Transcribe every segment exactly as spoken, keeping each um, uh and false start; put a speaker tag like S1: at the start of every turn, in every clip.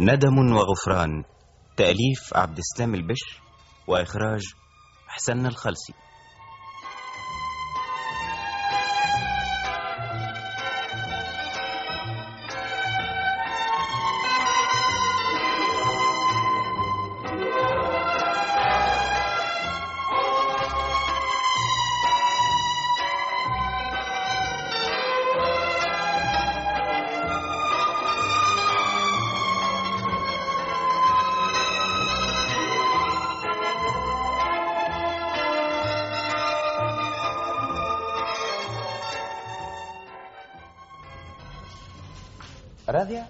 S1: ندم وغفران، تأليف عبد السلام البش، وإخراج حسن الخلسي.
S2: راضية؟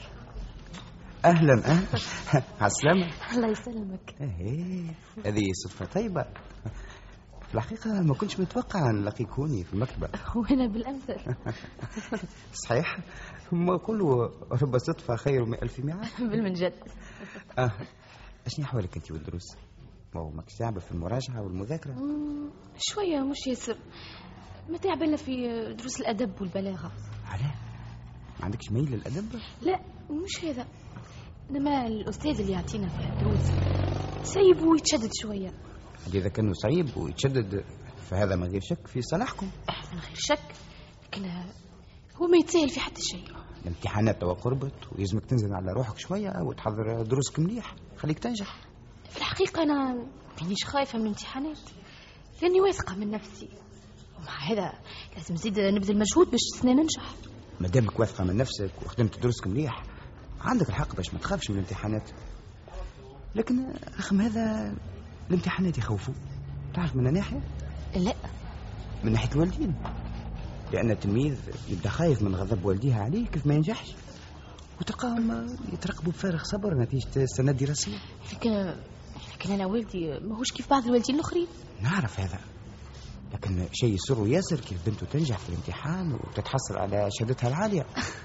S2: أهلا أهلا عالسلامة.
S3: الله يسلمك.
S2: ايه هذه صدفة طيبة. في الحقيقة ما كنتش متوقع أن نلاقيكوني في المكتبة.
S3: وأنا بالأمثل.
S2: صحيح، ما يقولوا رب صدفة خير من ألف ميعاد.
S3: بالمنجد.
S2: آه. أشني أحوالك أنت والدروس؟ ما هو ماكش تعبة في المراجعة والمذاكرة؟
S3: شوية مش ياسر، ما تعبنا في دروس الأدب والبلاغة.
S2: علاه؟ ما عندكش ميل للأدب؟
S3: لا مش هذا، إنما الأستاذ اللي يعطينا في الدروس سيب ويتشدد شوية.
S2: إذا كانوا صعيب ويتشدد فهذا من غير شك في صلاحكم.
S3: من غير شك، لكن هو ما يتساهل في حتى شيء.
S2: الامتحانات توا قربت ويلزمك تنزل على روحك شوية وتحضر دروسك مليح خليك تنجح.
S3: في الحقيقة أنا مانيش خايفة من الامتحانات، لأني واثقة من نفسي، ومع هذا لازم نزيد نبذل مجهود باش السنة ننجح.
S2: ما دامك واثقة من نفسك وخدمت دروسك مليح عندك الحق باش ما تخافش من الامتحانات. لكن رغم هذا الامتحانات يخوفوا، تعرف من ناحية؟
S3: لا،
S2: من ناحية الوالدين، لأن التلميذ يبدأ خايف من غضب والديه عليه كيف ما ينجحش، وتلقاهم يترقبوا بفارغ صبر نتيجة السنة الدراسية.
S3: لكن لكن أنا والدي ماهوش كيف بعض الوالدين الآخرين.
S2: نعرف هذا، لكن شيء يسر ياسر كيف بنته تنجح في الامتحان وتتحصل على شهادتها العالية.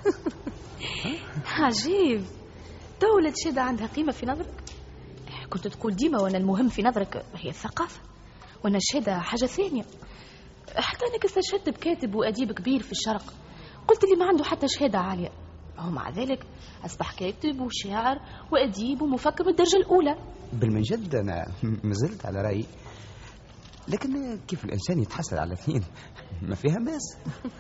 S3: عجيب، دولة شهادة عندها قيمة في نظرك؟ كنت تقول ديما وأنا المهم في نظرك هي الثقافة، وأنا الشهادة حاجة ثانية. حتى أنا استشهدت بكاتب وأديب كبير في الشرق، قلت لي ما عنده حتى شهادة عالية، ومع ذلك أصبح كاتب وشاعر وأديب ومفكر من الدرجة الأولى.
S2: بالمنجد أنا مازلت على رأيي، لكن كيف الإنسان يتحصل على اثنين ما فيها بس.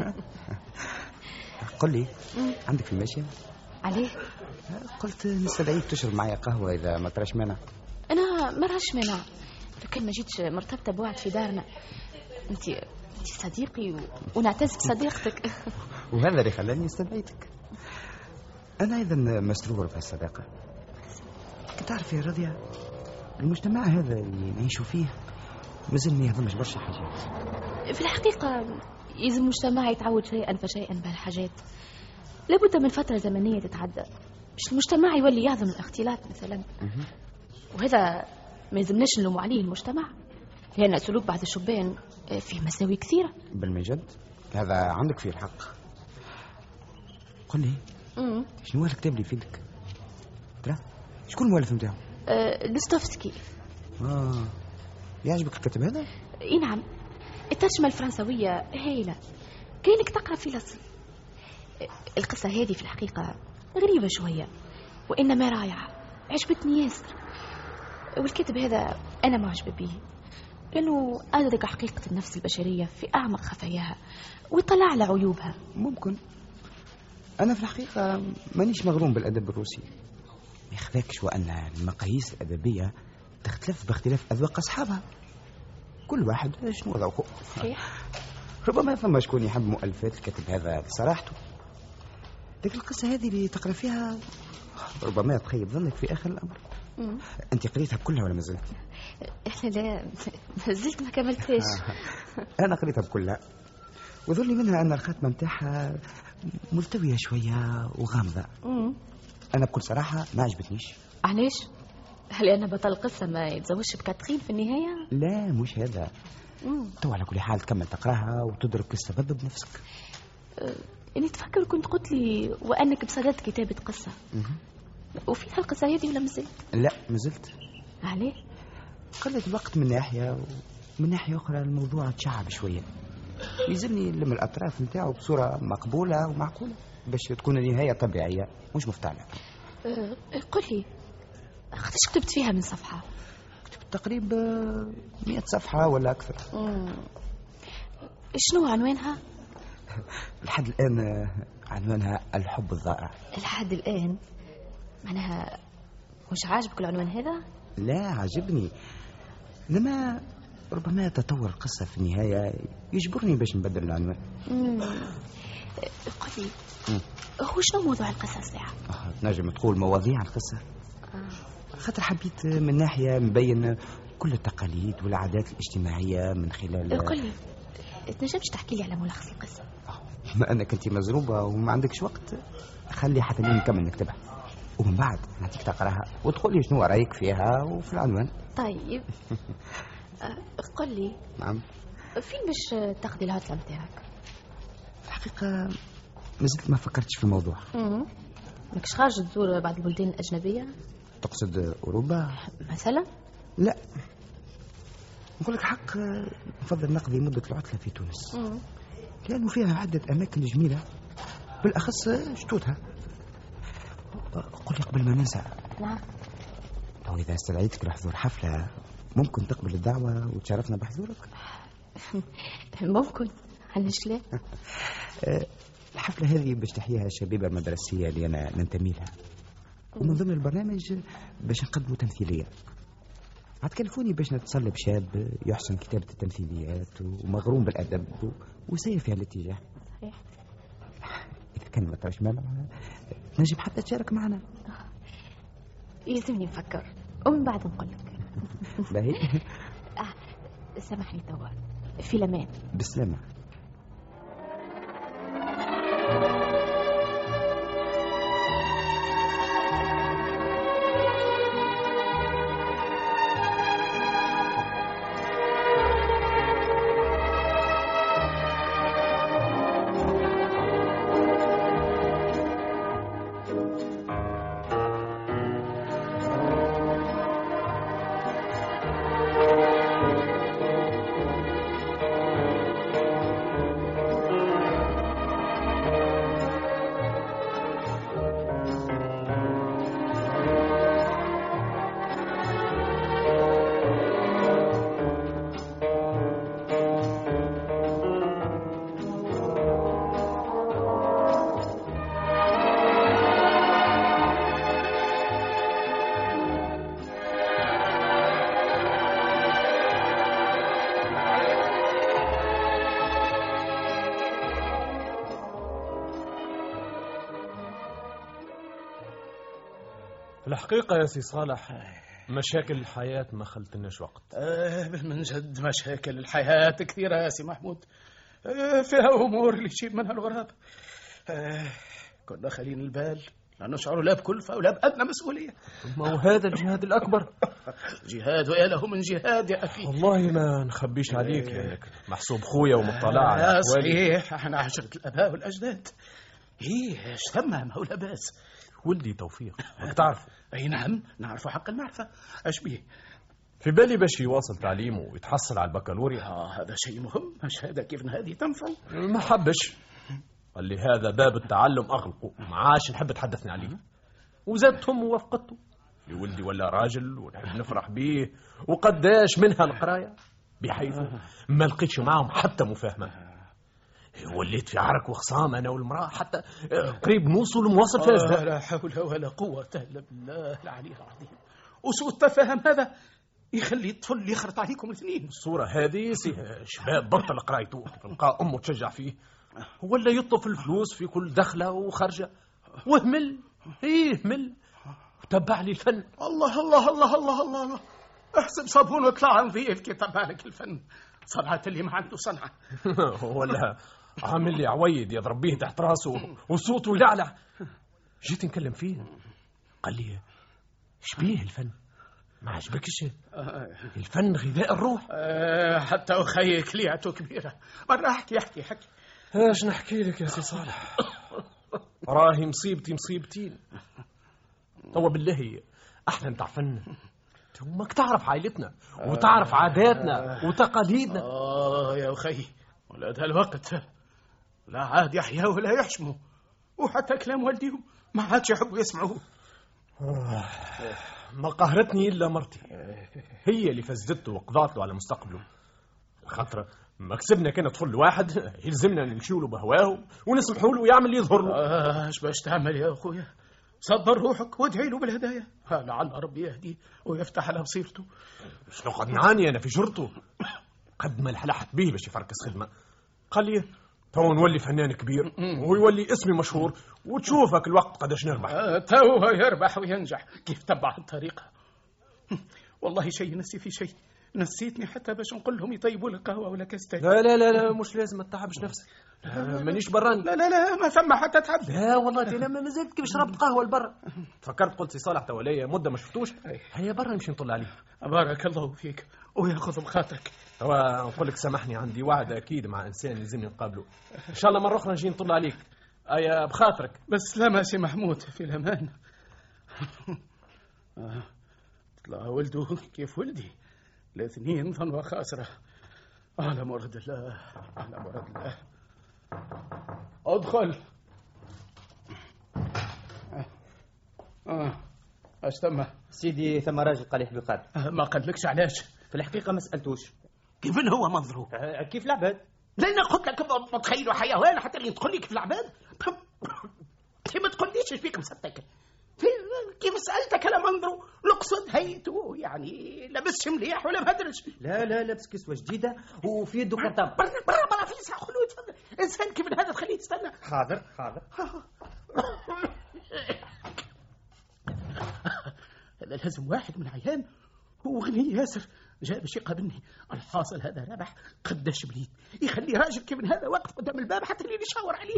S2: قل لي، عندك في الماشية؟
S3: عليه؟
S2: قلت نستدعيك تشرب معي قهوة إذا ما تراش مانع.
S3: أنا ما راش مانع، لكن ما جيتش مرتبطة بوعد في دارنا. أنت أنت صديقي و... ونعتز بصديقتك.
S2: وهذا اللي خلاني استدعيتك. أنا أيضا مسرور بهالصداقة. تعرف يا راضية، المجتمع هذا اللي نعيشوا فيه مازال ما يهضمش برشا حاجات.
S3: في الحقيقة يلزم المجتمع يتعود شيئا فشيئا بهالحاجات، لابد من فترة زمنية تتعدى باش المجتمع يولي يهضم الاختلاط مثلا. وهذا ما يلزمناش نلوم عليه المجتمع، لأن سلوك بعض الشبان فيه مساوي كثيرة.
S2: بالمجد هذا عندك فيه الحق. قل لي، شنو هو الكتاب اللي في يدك؟ ترى شكون المؤلف نتاعو؟
S3: أه، دوستويفسكي.
S2: اه يعجبك الكتاب هذا؟
S3: اي نعم، الترجمة الفرنسوية هايلة، كأنك تقرأ في لص. القصة هذه في الحقيقة غريبة شوية وإنما رائعة، عجبتني ياسر. والكاتب هذا أنا معجبة به لأنه أدرك حقيقة النفس البشرية في أعمق خفاياها ويطلع على عيوبها.
S2: ممكن أنا في الحقيقة مانيش مغروم بالأدب الروسي، ما يخفاكش وأن المقاييس الأدبية تختلف باختلاف أذواق أصحابها، كل واحد شنو ذوقه.
S3: صحيح.
S2: ربما فما شكون يحب مؤلفات الكاتب هذا بصراحته، لكن القصة هذه اللي تقرأ فيها ربما تخيب ظنك في آخر الأمر. مم. أنت قريتها كلها ولا مازلت؟
S3: لا ما زلت ما كملتهاش.
S2: أنا قريتها بكلها، وظلي منها أن الخاتمة متاعها ملتوية شوية وغامضة. مم. أنا بكل صراحة ما عجبتنيش.
S3: علاش؟ هل أنا بطل القصة ما يتزوجش بكاترين في النهاية؟
S2: لا مش هذا. تو على كل حال تكمل تقراها وتدرك السبب بنفسك.
S3: أه، اني تفكر كنت قلت لي وانك بصدد كتابة قصة. مم. وفيها القصة هذه ولا مازلت؟
S2: لا مازلت.
S3: عليه؟
S2: قلت الوقت من ناحية ومن ناحية أخرى الموضوع تشعب شوية، يلزمني نلم الأطراف نتاعو بصورة مقبولة ومعقولة باش تكون النهاية طبيعية مش مفتعلة.
S3: أه قل لي قداش كتبت فيها من صفحة؟
S2: كتبت تقريبا مئة صفحة ولا أكثر.
S3: مم. شنو عنوانها؟
S2: لحد الآن عنوانها الحب الضائع.
S3: لحد الآن معناها مش عاجبك العنوان هذا؟
S2: لا عجبني، لما ربما تطور القصة في النهاية يجبرني باش نبدل العنوان.
S3: قل لي هو شنو موضوع القصة ساعة؟
S2: آه، تنجم تقول مواضيع القصة.
S3: آه.
S2: خاطر حبيت من ناحية مبين كل التقاليد والعادات الاجتماعية من خلال.
S3: قل لي تنجمش تحكي لي على ملخص القصة؟
S2: ما أنا كنتي مزروبة وما عندكش وقت، خلي حتى لين نكمل نكتبها ومن بعد نعطيك تقراها وتقول لي شنو رأيك فيها وفي العنوان.
S3: طيب. قل لي.
S2: نعم.
S3: فين باش تاخذي العطلة نتاعك؟
S2: الحقيقة ما زلت ما فكرتش في الموضوع.
S3: امم ماكش خارج تزور بعض البلدان الأجنبية؟
S2: تقصد أوروبا
S3: مثلا؟
S2: لا، نقول لك حق، نفضل نقضي مدة العطلة في تونس.
S3: مم.
S2: لأنه فيها عدة أماكن جميلة، بالأخص شتوتها. قل لي قبل ما ننسى.
S3: نعم.
S2: لو إذا استدعيتك لحضور حفلة ممكن تقبل الدعوة وتشرفنا بحضورك؟
S3: ممكن، علاش لا؟
S2: الحفلة هذه باش تحييها الشبيبة المدرسية اللي أنا ننتمي لها، ومن ضمن البرنامج باش نقدموا تمثيلية. عتكلفوني باش نتصل بشاب يحسن كتابة التمثيليات ومغروم بالأدب وسير في هالاتجاه.
S3: صحيح.
S2: إذا كان ما تراش مانع نجم حتى تشارك معنا.
S3: يلزمني نفكر ومن بعد نقول لك.
S2: باهي.
S3: آه سامحني توا، في الأمان.
S2: بالسلامة.
S4: الحقيقة يا سي صالح مشاكل الحياة ما خلتناش وقت.
S5: آه من جد مشاكل الحياة كثيرة يا سي محمود. آه فيها أمور اللي يشيب منها الغراب. آه كنا خلين البال لا نشعر لا بكلفة ولا بأدنى مسؤولية.
S4: ما هو هذا الجهاد الأكبر.
S5: جهاد ويا له من جهاد يا أخي.
S4: والله ما نخبيش عليك لأنك محسوب خويا ومطلع على
S5: آه
S4: أحوالي.
S5: صحيح احنا عشرة الآباء والأجداد. إيه ايش ثم مولى باس.
S4: ولدي توفيق ما تعرف.
S5: أي نعم نعرف حق المعرفة. أش بيه؟
S4: في بالي باش يواصل تعليمه ويتحصل على البكالوريا.
S5: آه هذا شيء مهم. الشهادة كيف هذه تنفع؟
S4: ما حبش، قال لي هذا باب التعلم أغلقه، ما عادش نحب تحدثني عليه. وزادتهم ووافقته. في ولدي ولا راجل ونحب نفرح بيه، وقداش منها القراية بحيث ما لقيتش معهم حتى مفاهمة. وليت في عرك وخصام أنا والمرأة حتى قريب نوصل مواصل فاز.
S5: لا حول ولا قوة إلا بالله العلي العظيم. وسوء التفاهم هذا يخلي الطفل يخرط عليكم الاثنين.
S4: الصورة هذه شباب بطل قرايته تلقى أمه تشجع فيه ولا يطلب الفلوس في كل دخلة وخرجة وهمل إيه همل وتبع لي الفن.
S5: الله الله الله الله الله, الله. احسب صابون وطلع عن ذيل كي تبع لك الفن. صنعة اللي ما عنده صنعة.
S4: ولا عامل لي عويد يضرب بيه تحت راسه وصوته يلعلع. جيت نكلم فيه قال لي شبيه الفن ما عجبكش؟ الفن غذاء الروح.
S5: أه حتى أخي كلياته كبيرة. مرة أحكي أحكي حكي.
S4: ايش نحكي لك يا سي صالح؟ راهي مصيبتي مصيبتين. هو بالله احنا نتاع فن وماك تعرف عائلتنا وتعرف عاداتنا وتقاليدنا.
S5: آه يا أخي ولاد هالوقت لا عاد يحيا ولا يحشموا، وحتى كلام والديهم ما عادش يحبوا يسمعوه.
S4: آه. ما قهرتني إلا مرتي، هي اللي فزدته وقضات له على مستقبله. خاطر ما كسبنا كان طفل واحد يلزمنا نمشيو له بهواه ونسمحوا له يعمل اللي يظهر له.
S5: آه، اش باش تعمل يا اخويا؟ صبر روحك وادعي له بالهدايا، لعل ربي يهديه ويفتح على بصيرته.
S4: شنو قد نعاني انا في جرته؟ قد ما لحلحت به باش يفركس خدمه، قال لي تو نولي فنان كبير وهو يولي اسمي مشهور وتشوفك الوقت قداش نربح.
S5: آه، تو يربح وينجح كيف تبع الطريقه. والله شيء نسي في شيء، نسيتني حتى باش نقول لهم يطيبوا لي قهوه ولا كاس.
S4: لا لا لا لا مش لازم ما تتعبش نفسك، مانيش براني.
S5: لا لا لا ما ثم حتى تعب.
S4: لا والله انا ما زلت كيف شربت قهوه لبرا. فكرت قلت سي صالح توليه مده ما شفتوش، هيا برا نمشي نطل عليه.
S5: بارك الله فيك وياخذ بخاطرك.
S4: توا نقول لك سامحني، عندي وعد اكيد مع انسان لازمني نقابله، ان شاء الله مره اخرى نجي نطل عليك. ايا بخاطرك.
S5: بس لا سي محمود في الامان. طلع ولده كيف ولدي، الاثنين ظن خاسرة. على مراد الله على مراد الله. ادخل. اه اش ثم
S6: سيدي؟ ثم راجل قليح بقاد.
S5: آه، ما قالكش علاش؟
S6: في الحقيقة ما سألتوش.
S5: كيف هو منظره؟
S6: آه، كيف العباد؟
S5: لأن قلت لك ما تخيلوا حيوان حتى اللي تقول لي كيف العباد. ما تقوليش ايش فيك مصدق. كيف سألتك على منظره؟ نقصد هيئته، يعني لبسش مليح ولا مهدرش؟
S6: لا لا لابس كسوة جديدة وفي يده كرتاب.
S5: برا برا برا في ساعة خلوه يتفضل. إنسان كيف هذا تخليه يستنى.
S6: حاضر حاضر.
S5: هذا لازم واحد من عيان هو غني ياسر جاء باش يقابلني. الحاصل هذا ربح قداش بليد يخلي راجل كيف هذا واقف قدام الباب حتى اللي يشاور عليه.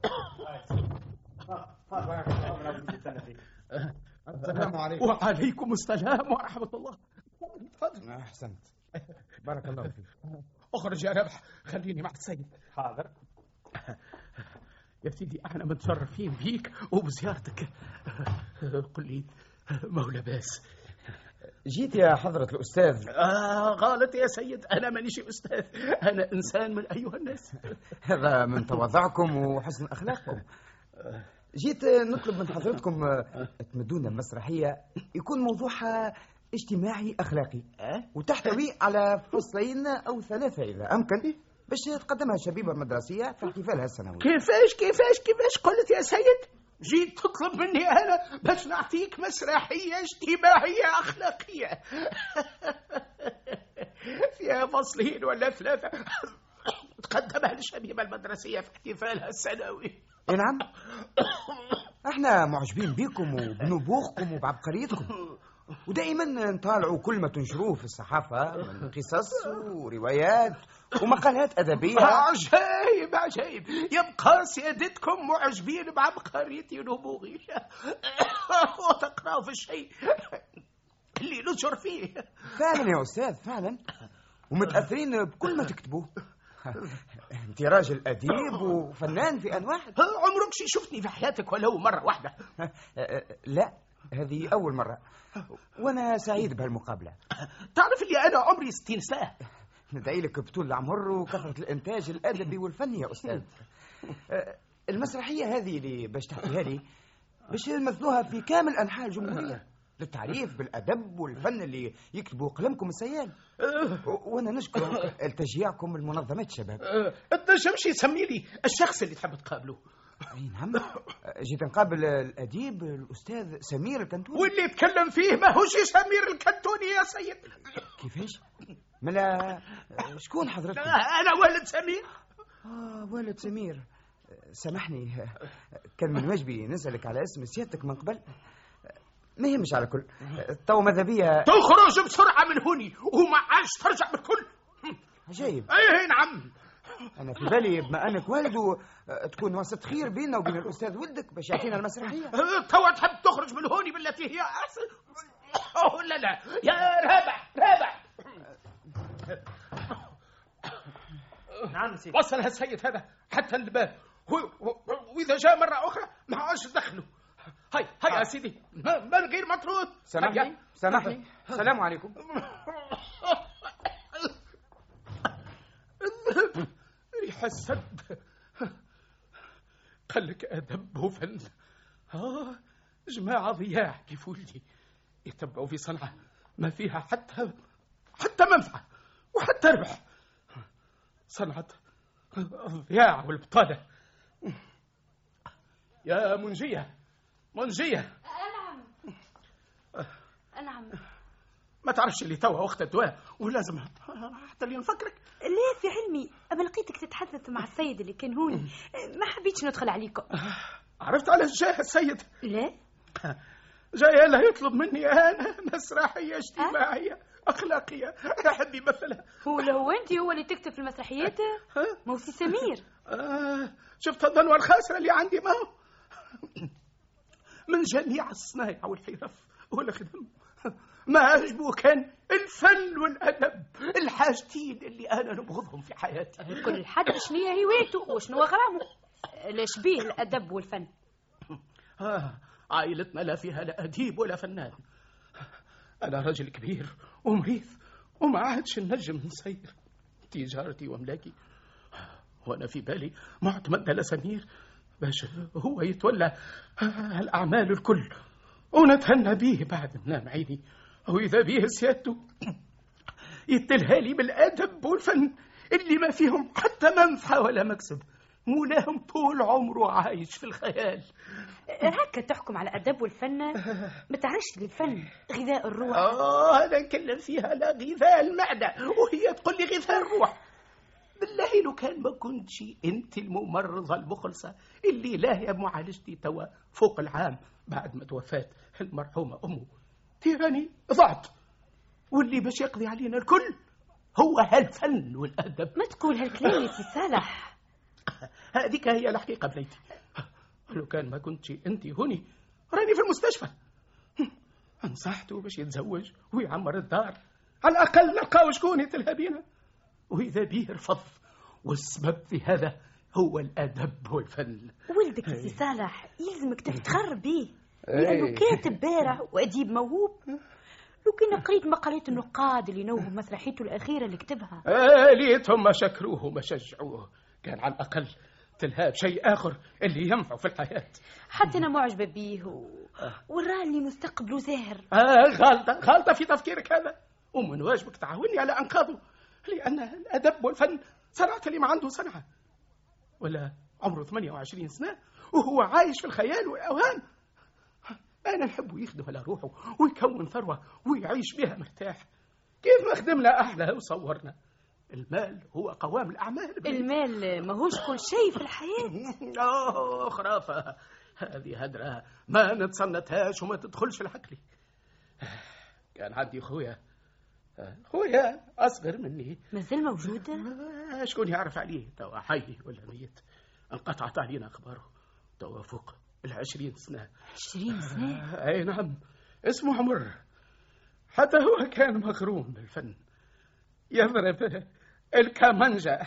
S2: السلام عليكم.
S5: وعليكم السلام ورحمة الله.
S2: تفضل. أحسنت، بارك الله فيك.
S5: اخرج يا ربح، خليني مع السيد.
S6: حاضر.
S5: يا سيدي احنا متشرفين بيك وبزيارتك. قل لي مولى باس.
S2: جيت يا حضرة الأستاذ.
S5: آه غلط يا سيد، أنا مانيش أستاذ، أنا إنسان من أيها الناس.
S2: هذا من تواضعكم وحسن أخلاقكم. جيت نطلب من حضرتكم تمدونا المسرحية يكون موضوعها اجتماعي أخلاقي وتحتوي على فصلين أو ثلاثة إذا أمكن، باش تقدمها الشبيبة المدرسية في احتفالها السنوي.
S5: كيفاش كيفاش كيفاش قلت يا سيد؟ جيت تطلب مني أنا باش نعطيك مسرحية اجتماعية أخلاقية فيها فصلين ولا ثلاثة تقدمها للشبيبة المدرسية في احتفالها السنوي.
S2: نعم، احنا معجبين بكم وبنبوغكم وبعبقريتكم، ودائما نطالعوا كل ما تنشروه في الصحافة من قصص وروايات ومقالات أدبية.
S5: عجيب عجيب، يبقى سيادتكم معجبين بعبقريتي ونبوغي وتقرأوا في الشيء اللي نشر فيه.
S2: فعلا يا أستاذ، فعلا، ومتأثرين بكل ما تكتبوه. انت راجل أديب وفنان في آن واحد.
S5: عمرك شي شفتني في حياتك ولو مرة واحدة؟
S2: لا، هذه أول مرة، وأنا سعيد بهالمقابلة.
S5: تعرف اللي أنا عمري ستين سنة.
S2: ندعي لك بطول العمر وكثرة الإنتاج الأدبي والفني يا أستاذ. المسرحية هذه اللي باش تحكيها لي باش نمثلوها في كامل أنحاء الجمهورية للتعريف بالأدب والفن اللي يكتبوا قلمكم السيال. وأنا نشكر تشجيعكم المنظمات الشباب.
S5: أنت شمشي سمي لي الشخص اللي تحب تقابله.
S2: أي نعم، جيت نقابل الأديب الأستاذ سمير الكنتوني.
S5: واللي يتكلم فيه ما هوش سمير الكنتوني يا سيد.
S2: كيفاش؟ ملا شكون حضرتك؟
S5: أنا والد سمير.
S2: آه والد سمير، سامحني، كان من واجبي نسألك على اسم سيادتك من قبل. ما يهمش، على كل تو ماذا بيا
S5: تخرج بسرعة من هوني وما عادش ترجع بالكل.
S2: عجيب.
S5: أي نعم،
S2: أنا في بالي بما أنك والده تكون وسط خير بيننا وبين الأستاذ ولدك باش يعطينا المسرحية.
S5: توا تحب تخرج من هوني بالتي هي أحسن. أوه لا لا يا رابح رابح.
S6: نعم سيدي.
S5: وصل هالسيد هذا حتى الباب، وإذا جاء مرة أخرى ما عادش دخله. هاي هاي يا سيدي، ما غير مطرود.
S2: سامحني سامحني، السلام عليكم.
S5: ريح السد قال لك أدب وفن. آه جماعة ضياع كيف ولدي يتبعوا في صنعة ما فيها حتى حتى منفعة وحتى ربح. صنعة الضياع والبطالة. يا منجية منجية.
S3: نعم نعم.
S5: ما تعرفش اللي توا وقت الدواء ولازم حتى اللي نفكرك.
S3: ليه في علمي أما لقيتك تتحدث مع السيد اللي كان هوني ما حبيتش ندخل عليكم.
S5: عرفت على جاه السيد؟
S3: لا
S5: جاي له يطلب مني أنا مسرحية اجتماعية أخلاقية يحب يمثلها.
S3: هو لو أنت هو اللي تكتب في المسرحيات موسي سمير.
S5: آه شفت الضنوة الخاسرة اللي عندي ما هو من جميع الصنايع والحرف والخدم ما عجبه كان الفن والأدب الحاجتين اللي أنا نبغضهم في حياتي.
S3: كل حد شنو هي هوايته وشنو غرامه لاش بيه الأدب والفن.
S5: آه عائلتنا لا فيها لا أديب ولا فنان. أنا رجل كبير ومريض وما عادش نجم نسير تجارتي وملاكي، وأنا في بالي معتمد على سمير باش هو يتولى الأعمال الكل ونتهنى به بعد منام عيني، وإذا به سيادته يتلهى لي بالأدب والفن اللي ما فيهم حتى منفعة ولا مكسب، مولاهم طول عمره عايش في الخيال.
S3: هكا تحكم على الأدب والفن؟ ما تعرفش للفن غذاء الروح.
S5: آه هذا نكلم فيها لا غذاء المعدة وهي تقول لي غذاء الروح. بالله لو كان ما كنتش انت الممرضة المخلصة اللي لاهية معالجتي توا فوق العام بعد ما توفات المرحومة أمه، تيراني ضعت واللي باش يقضي علينا الكل هو هالفن والأدب.
S3: ما تقول هالكلام يا سي صالح.
S5: هذيك هي الحقيقة بنيتي. لو كان ما كنتش انت هوني راني في المستشفى. انصحته باش يتزوج ويعمر الدار، على الأقل نلقاو شكون يتلهى بينا، وإذا بيه رفض، والسبب في هذا هو الأدب والفن.
S3: ولدك يا سي صالح يلزمك تفتخر بيه لأنه كاتب بارع وأديب موهوب. لو كنا قريت مقالات النقاد اللي نوهوا مسرحيته الأخيرة اللي كتبها
S5: آه ليتهم ما شكروه وما شجعوه، كان على الأقل تلهاب شيء آخر اللي ينفع في الحياة.
S3: حتى أنا معجبة بيه و... وراني مستقبله زاهر.
S5: آه غالطة غالطة في تفكيرك هذا، ومن واجبك تعاوني على أنقاذه، لأن الأدب والفن صنعة اللي ما عنده صنعة. ولا عمره ثمانية وعشرين سنة وهو عايش في الخيال والأوهام. أنا نحبه يخدم على روحه ويكون ثروة ويعيش بها مرتاح. كيف ما خدمنا أحلى وصورنا. المال هو قوام الأعمال.
S3: المال ماهوش كل شيء في الحياة.
S5: آه خرافة هذه هدرة ما نتصنتهاش وما تدخلش العقل. كان عندي خويا خويا أصغر مني
S3: مازال موجود.
S5: آه شكون يعرف عليه توا حي ولا ميت. انقطعت علينا أخباره توا فوق العشرين سنة.
S3: عشرين سنة؟
S5: آه أي نعم اسمه عمر. حتى هو كان مغروم بالفن يضرب الكمانجا.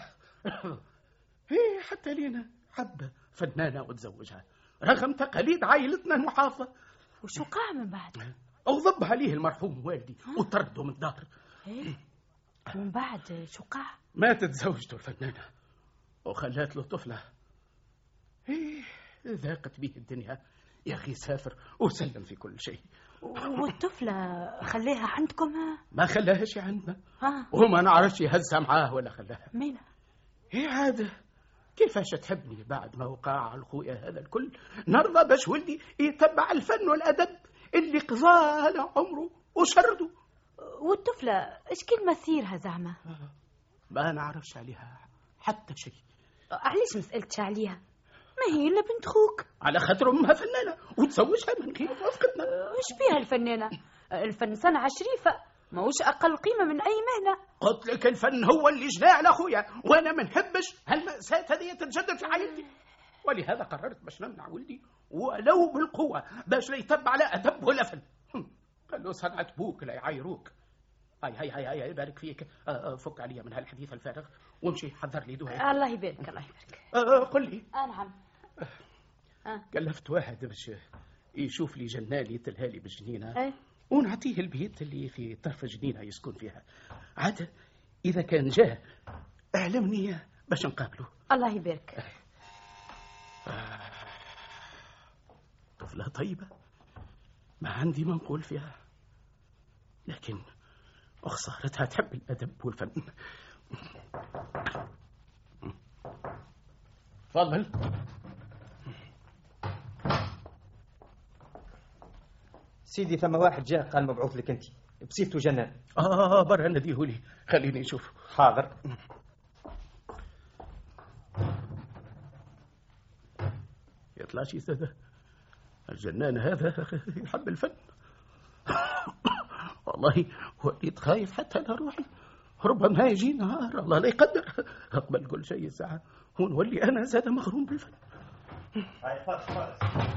S5: هي حتى لينا حب فنانة وتزوجها رغم تقاليد عائلتنا المحافظة.
S3: وشو قع من بعد؟
S5: أغضب عليه المرحوم والدي وطرده من الدار.
S3: ايه ومن بعد شو قع؟
S5: ماتت زوجته الفنانة وخلات له طفلة. ايه ذاقت به الدنيا يا أخي، سافر وسلم في كل شيء.
S3: والطفلة خليها عندكم؟
S5: ما خلاهاش عندنا
S3: ها؟
S5: وما نعرفش يهزها معاه ولا خلاها.
S3: مين؟
S5: هي عادة كيفاش تحبني بعد ما وقع على خويا هذا الكل نرضى باش ولدي يتبع الفن والأدب اللي قضاه على عمره وشرده.
S3: والطفلة ايش كل مسيرها زعما؟
S5: ما نعرفش عليها حتى شيء.
S3: علاش ما سألتش عليها؟ ما هي إلا بنت خوك.
S5: على خاطر أمها فنانة وتزوجها من غير موافقتنا.
S3: ايش بيها الفنانة؟ الفن صنعة شريفة ماهوش أقل قيمة من أي مهنة.
S5: قلت لك الفن هو اللي جناه على خويا، وأنا ما نحبش هالمأساة هذه تتجدد في عائلتي، ولهذا قررت باش نمنع ولدي ولو بالقوة باش لا يتبع لا أدب ولا فن. قال له صنعة بوك لا يعايروك. هاي هاي هاي هاي بارك فيك. آه فك عليا من هالحديث الفارغ وامشي حضر لي دواء.
S3: الله يبارك الله يبارك.
S5: آه قل لي.
S3: آه نعم.
S5: آه. كلفت واحد باش يشوف لي جنالي تلهالي بالجنينة.
S3: ايه
S5: ونعطيه البيت اللي في طرف الجنينة يسكن فيها. عاد إذا كان جاء أعلمني باش نقابله.
S3: الله يبارك.
S5: آه. طفلة طيبة ما عندي ما نقول فيها، لكن خسارتها تحب الأدب والفن. تفضل.
S6: سيدي ثم واحد جاء قال مبعوث لك انت بصيفته جنان.
S5: اه برا نديهولي، خليني نشوف.
S6: حاضر.
S5: يطلع شي سادة الجنان هذا يحب الفن. والله وليت خايف حتى انا روحي، ربما يجي نهار الله لا يقدر اقبل كل شيء ساعة ونولي انا زاد مغروم بالفن.
S6: هاي خلاص خلاص.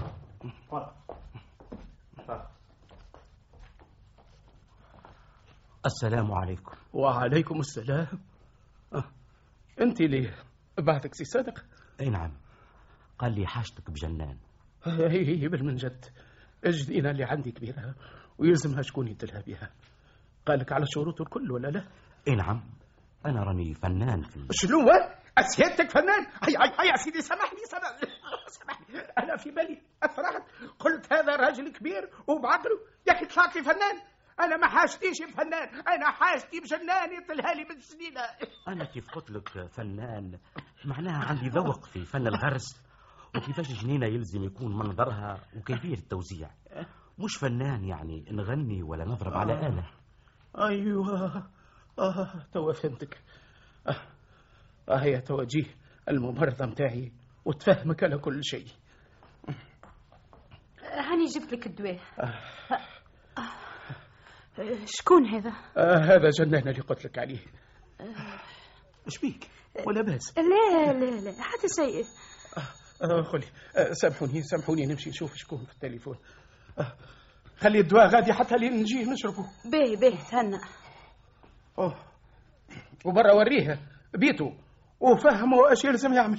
S2: السلام عليكم.
S5: وعليكم السلام. آه. انت ليه بعدك سي صادق؟
S2: اي نعم، قال لي حاجتك بجنان.
S5: هي هي بالمنجد الجدينة اللي عندي كبيرة ويلزمها شكون يدلها بها. قالك على شروط الكل ولا لا؟
S2: اي نعم، انا راني فنان في.
S5: شنو اسيادتك فنان؟ اي اي اي يا سيدي سامحني سامحني سامحني، انا في بالي افرحت، قلت هذا راجل كبير وبعقله يا اخي طلعت لي فنان. انا ما حاجتيش بفنان، انا حاجتي بجنان يطلها لي من سنين.
S2: انا كيف قلت لك فنان معناها عندي ذوق في فن الغرس، وكيفاش جنينه يلزم يكون منظرها وكيفيه التوزيع. مش فنان يعني نغني ولا نضرب آه. على آلة.
S5: ايوه اه توا فهمتك. اه اه هي توجيه الممرضه متاعي وتفهمك على كل شيء.
S3: هاني جبت لك الدواء. آه. آه. شكون هذا؟
S5: آه هذا جنان اللي قلت لك عليه. ايش بيك ولا باس؟
S3: لا لا لا حتى شيء.
S5: آه خلي آه سامحوني سامحوني نمشي نشوف شكون في التليفون. آه خلي الدواء غادي حتى لين نجي نشربه.
S3: باهي باهي تهنى.
S5: اوه وبرا وريها بيته وفهموا ايش يلزم يعمل.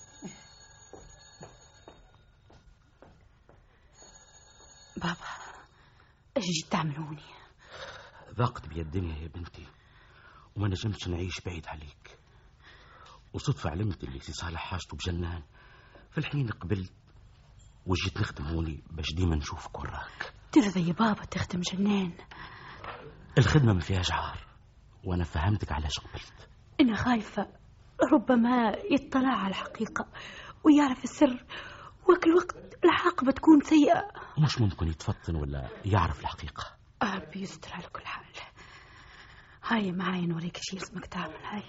S3: بابا ايش جيت تعملوني؟
S2: ضاقت بيا الدنيا يا بنتي وما نجمتش نعيش بعيد عليك، وصدفة علمت اللي سي صالح حاجته بجنان، في الحين قبلت وجيت نخدم هوني باش ديما نشوفك وراك.
S3: ترضى يا بابا تخدم جنان؟
S2: الخدمة ما فيها جعار، وانا فهمتك علاش قبلت.
S3: انا خايفة ربما يطلع على الحقيقة ويعرف السر، وكل وقت العاقبة تكون سيئة.
S2: مش ممكن يتفطن ولا يعرف الحقيقة.
S3: ربي يستر على كل حال. هاي معايا نوريك شي لازمك تعمل. هاي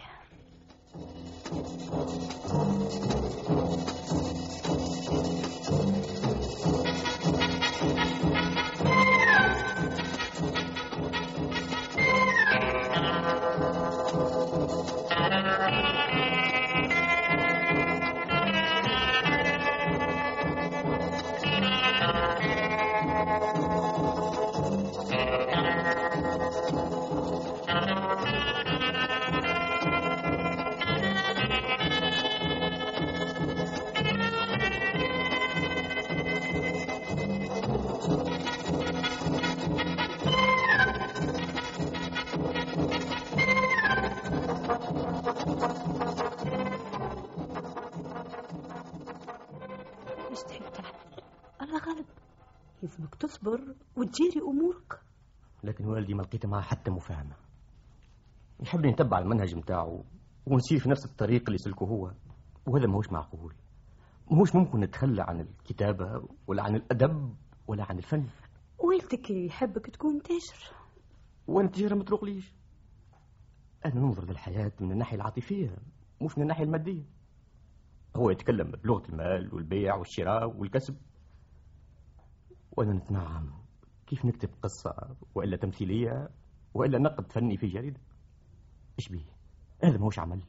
S3: ايش تحب تعمل؟ الله غالب، يلزمك تصبر وتجيري امورك.
S7: لكن والدي ما لقيت معه حتى مفاهمه، يحب نتبع المنهج متاعه ونسير في نفس الطريق اللي سلكه هو، وهذا ماهوش معقول. ماهوش ممكن نتخلى عن الكتابه ولا عن الادب ولا عن الفن.
S3: والدك يحبك تكون تاجر،
S7: وانا تاجر ما تروقليش. انا ننظر للحياه من الناحيه العاطفيه مش من الناحيه الماديه. هو يتكلم بلغه المال والبيع والشراء والكسب، وانا نتنعم كيف نكتب قصه والا تمثيليه والا نقد فني في جريده. ايش بيه؟ هذا ماهوش عمل.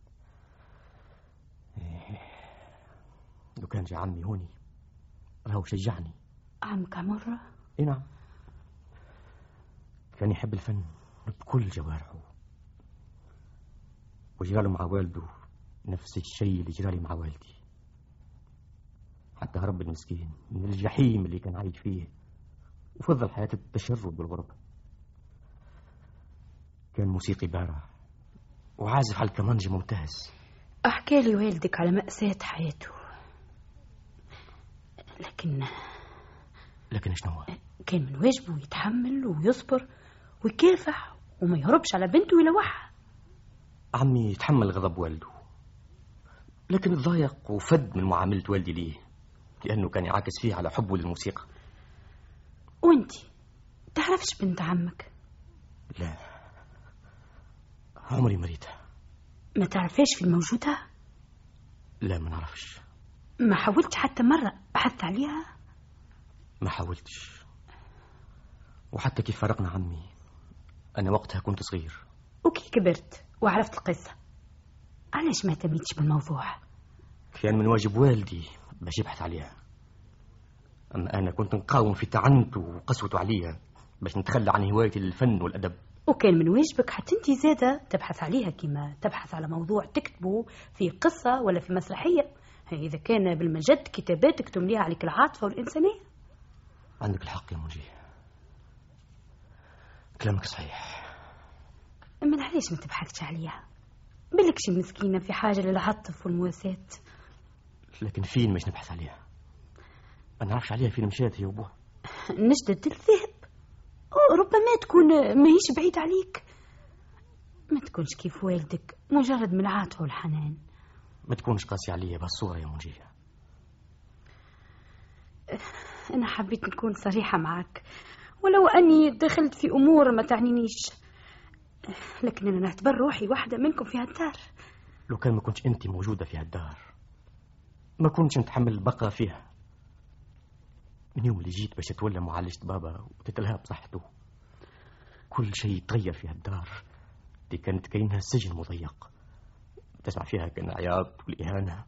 S7: إيه. لو كان جا عمي هوني راهو شجعني.
S3: عمك عمره؟
S7: اي نعم، كان يحب الفن بكل جوارحه، وجراله مع والده نفس الشيء اللي جرالي مع والدي. حتى هرب المسكين من الجحيم اللي كان عايش فيه وفضل حياة التشرد والغربة. كان موسيقي بارع وعازف على الكمانجة ممتاز.
S3: أحكي لي والدك على مأساة حياته، لكن
S7: لكن شنو؟
S8: كان من واجبه يتحمل ويصبر ويكافح وما يهربش على بنته ويلوحها.
S7: عمي يتحمل غضب والده، لكن تضايق وفد من معاملة والدي ليه، لأنه كان يعاكس فيه على حبه للموسيقى.
S8: وانتي تعرفش بنت عمك؟
S7: لا، عمري مريتها.
S8: ما تعرفيش في الموجودة؟
S7: لا، ما نعرفش.
S8: ما حاولتش حتى مرة بحثت عليها؟
S7: ما حاولتش، وحتى كيف فرقنا عمي أنا وقتها كنت صغير.
S8: وكي كبرت وعرفت القصة علاش ما اهتميتش بالموضوع؟
S7: كان من واجب والدي باش يبحث عليها، أما أنا كنت نقاوم في تعنته وقسوته عليها باش نتخلى عن هوايتي للفن والأدب.
S8: وكان من واجبك حتى انت زادة تبحث عليها كما تبحث على موضوع تكتبه في قصة ولا في مسرحية. إذا كان بالمجد كتاباتك تمليها عليك العاطفة والإنسانية.
S7: عندك الحق يا منجيه، كلامك صحيح.
S8: من علاش ما تبحثش عليها؟ بلكش مسكينة في حاجة للعطف والمواساة.
S7: لكن فين مش نبحث عليها؟ ما نعرفش عليها فين مشات هي وبوها.
S8: نجدة الذهب ربما تكون ماهيش بعيد عليك، ما تكونش كيف والدك مجرد من العاطفة والحنان.
S7: ما تكونش قاسي عليا بهالصورة يا منجيه.
S8: أنا حبيت نكون صريحة معك ولو أني دخلت في أمور ما تعنينيش، لكن أنا نعتبر روحي واحدة منكم في هالدار.
S7: لو كان ما كنتش أنت موجودة في هالدار ما كنتش نتحمل البقاء فيها. من يوم اللي جيت باش تولى معالجة بابا وتتلهى بصحته كل شيء تغير في هالدار اللي كانت كأنها سجن مضيق تسمع فيها كان العياط والإهانة.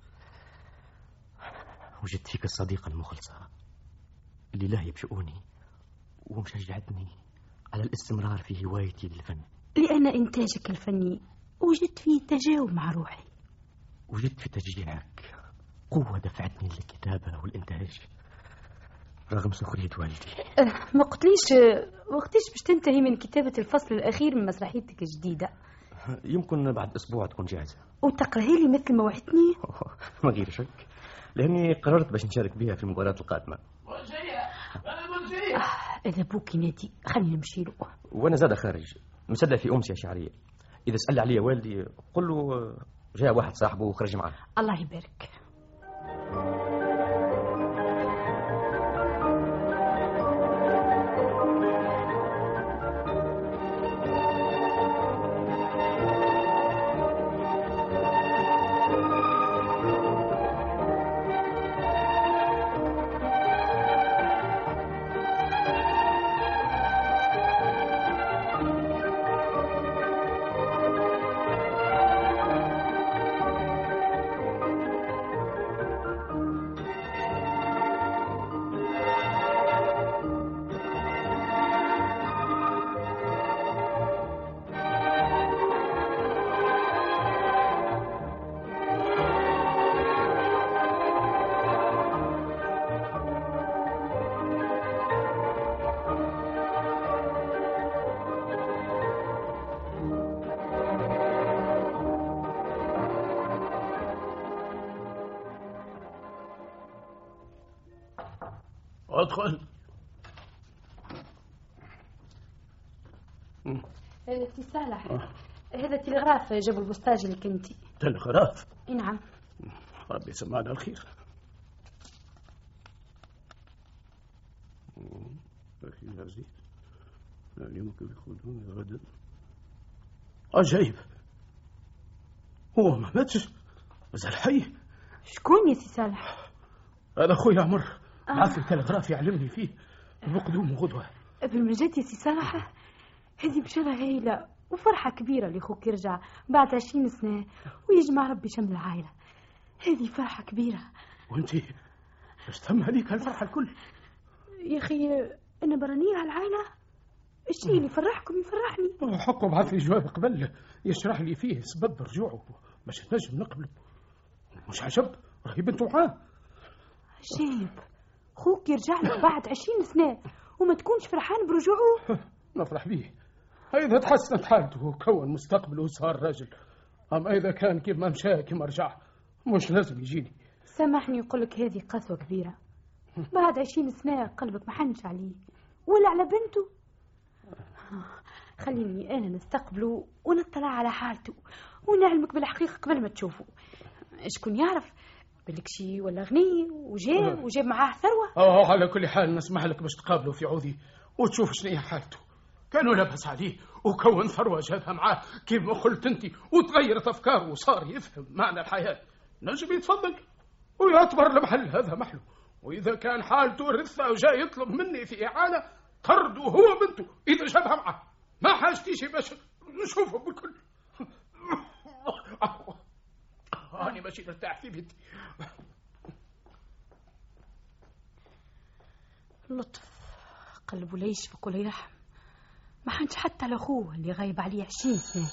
S7: وجدت فيك الصديقة المخلصة اللي لاهية بشؤوني ومشجعتني على الاستمرار في هوايتي للفن.
S8: لأن إنتاجك الفني وجدت فيه تجاوب مع روحي.
S7: وجدت في تشجيعك قوة دفعتني للكتابة والإنتاج رغم سخرية والدي.
S8: أه ما قلتليش وقتاش باش تنتهي من كتابة الفصل الأخير من مسرحيتك الجديدة؟
S7: يمكن بعد أسبوع تكون جاهزة.
S8: وتقرأها لي مثل ما وعدتني؟
S7: ما غير شك، لأني قررت باش نشارك بها في المباراة القادمة.
S8: آه إذا بوكي نادي خلينا نمشي له.
S7: وأنا زاد خارج مسلح في أمسية شعرية، إذا سأل علي والدي قل له جاء واحد صاحبه وخرج معه.
S8: الله يبارك.
S5: ادخل.
S8: سي صالح آه. هذا تلغراف جابوا البوستاج اللي كنتي.
S5: تلغراف؟
S8: نعم.
S5: ربي يسمعنا الخير. أخي العزيز لا يمكن يخرجون غدا. عجيب، هو ما ماتش مازال حي.
S8: شكون يا سي صالح؟
S5: هذا خويا عمر آه. بعث لي تلغراف يعلمني فيه بقدوم غدوة.
S8: بالمجد يا سي صالح، هذه بشرة هايلة وفرحة كبيرة لأخوك يرجع بعد عشرين سنة ويجمع ربي شمل العائلة. هذه فرحة كبيرة.
S5: وانتي ايش تم هذيك الفرحة الكل؟
S8: يا أخي أنا برانية هالعائلة، الشيء اللي يفرحكم يفرحني.
S5: حقه بعث لي جواب قبل يشرح لي فيه سبب رجوعه باش نجم نقبله. مش عجب راهي بنته معاه.
S8: عجيب، خوك يرجع لك بعد عشرين سنة وما تكونش فرحان برجوعه؟
S5: نفرح بيه إذا تحسنت حالته وكون مستقبله وصار راجل، أما إذا كان كيما مشى كيما رجع مش لازم يجيني.
S8: سامحني يقول لك هذه قسوة كبيرة، بعد عشرين سنة قلبك ما حنش عليه ولا على بنته. خليني أنا نستقبله ونطلع على حالته ونعلمك بالحقيقة قبل ما تشوفه. شكون يعرف بالك شي ولا غني وجاب وجاب معاه ثروة.
S5: اه على كل حال نسمح لك باش تقابله في عودي وتشوف شنو هي حالته. كانوا لبس عليه وكون ثروة جابها معاه كيف ما قلت انت، وتغيرت افكاره وصار يفهم معنى الحياة. نجم يتفضل ويعتبر المحل هذا محله، واذا كان حالته رثة وجاي يطلب مني في اعانة طرده هو بنته اذا جابها معاه. ما حاجتيش باش نشوفه بالكل. أنا ماشي نرتاح في بيتي.
S8: لطف قلبه لا يشفق ولا يرحم، ما حنش حتى على أخوه اللي غايب عليه عشرين سنة.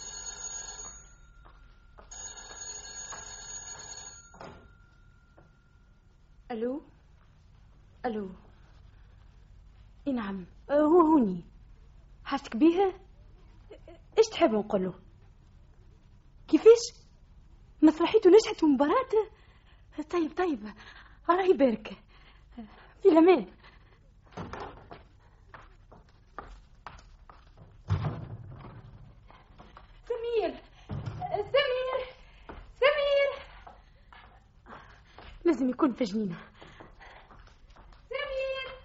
S8: ألو ألو إيه نعم هو هوني. حاجتك بيها؟ إيش تحب نقول له؟ كيفاش؟ مسرحيته نجحت ومباراته؟ طيب طيب الله يبارك. في الأمان. سمير سمير سمير لازم يكون في جنينة. سمير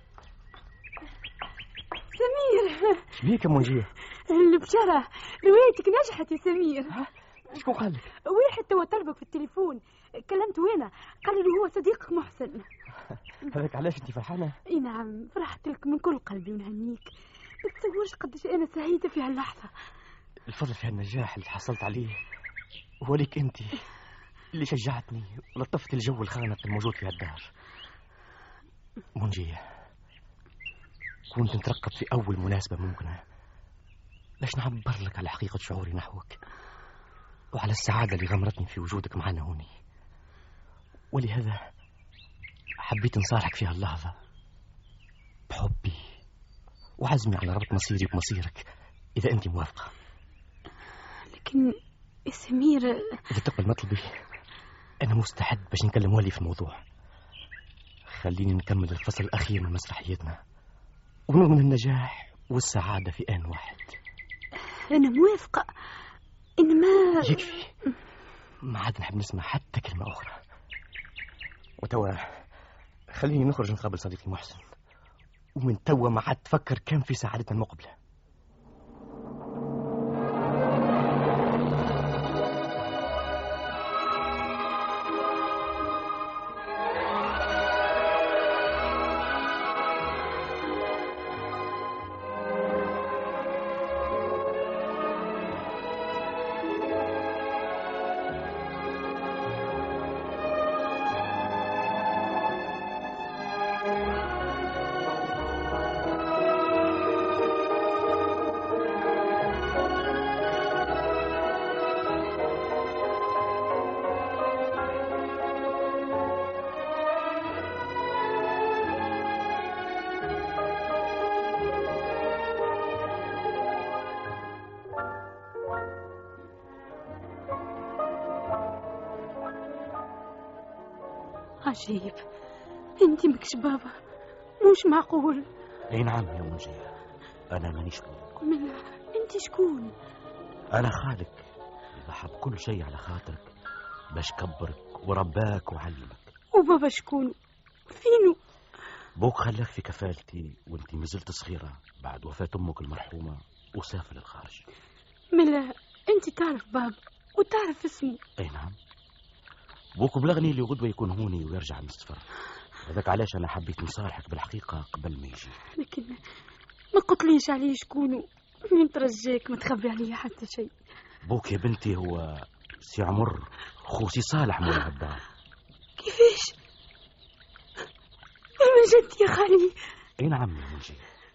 S8: سمير
S7: شبيك يا منجية؟
S8: البشرة روايتك نجحت يا سمير.
S7: شكون قال لك؟
S8: واحد توا طلبك في التليفون، كلمته وانا قال لي هو صديقك محسن.
S7: هذاك علاش انت فرحانة؟
S8: اي نعم فرحت لك من كل قلبي ونهنيك. ما تصورش قداش انا سعيدة في هاللحظة.
S7: الفضل في هالنجاح اللي حصلت عليه هو ليك انت اللي شجعتني ولطفت الجو الخانق الموجود في هالدار. منجية كنت نترقب في اول مناسبة ممكنة باش نعبر لك على حقيقة شعوري نحوك وعلى السعادة اللي غمرتني في وجودك معنا هوني، ولهذا حبيت نصارحك في هاللحظة بحبي وعزمي على ربط مصيري بمصيرك إذا أنت موافقة.
S8: لكن يا سمير
S7: إذا تقبل مطلبي أنا مستعد باش نكلم ولي في الموضوع. خليني نكمل الفصل الأخير من مسرحيتنا ونضمن النجاح والسعادة في آن واحد.
S8: أنا موافقة إنما
S7: يكفي، ما عاد نحب نسمع حتى كلمة أخرى. وتوا خليني نخرج نقابل صديقي محسن، ومن توا ما عاد تفكر كم في سعادتنا المقبلة.
S8: عجيب، انت مكش بابا، مش معقول.
S9: اي نعم يا منجية، انا مانيش بوك.
S8: من انت شكون؟
S9: انا خالك اللي ضحى بكل شيء على خاطرك باش كبرك ورباك وعلمك.
S8: وبابا شكون؟ فينو؟
S9: بوك خلاك في كفالتي وانت مازلت صغيرة بعد وفاة امك المرحومة وسافر للخارج.
S8: ملا انت تعرف بابا وتعرف اسمه؟
S9: اي نعم، بوك بلغني اللي غدوة يكون هوني ويرجع من السفر، هذاك علاش انا حبيت نصارحك بالحقيقة قبل ما يجي.
S8: لكن ما قلتليش عليه شكونه، نترجاك ما تخبي عليه حتى شيء.
S9: بوك يا بنتي هو سي عمر خوسي صالح مولى هالدار.
S8: كيفاش؟ من جد يا خالي؟
S9: اي نعم يا منجي،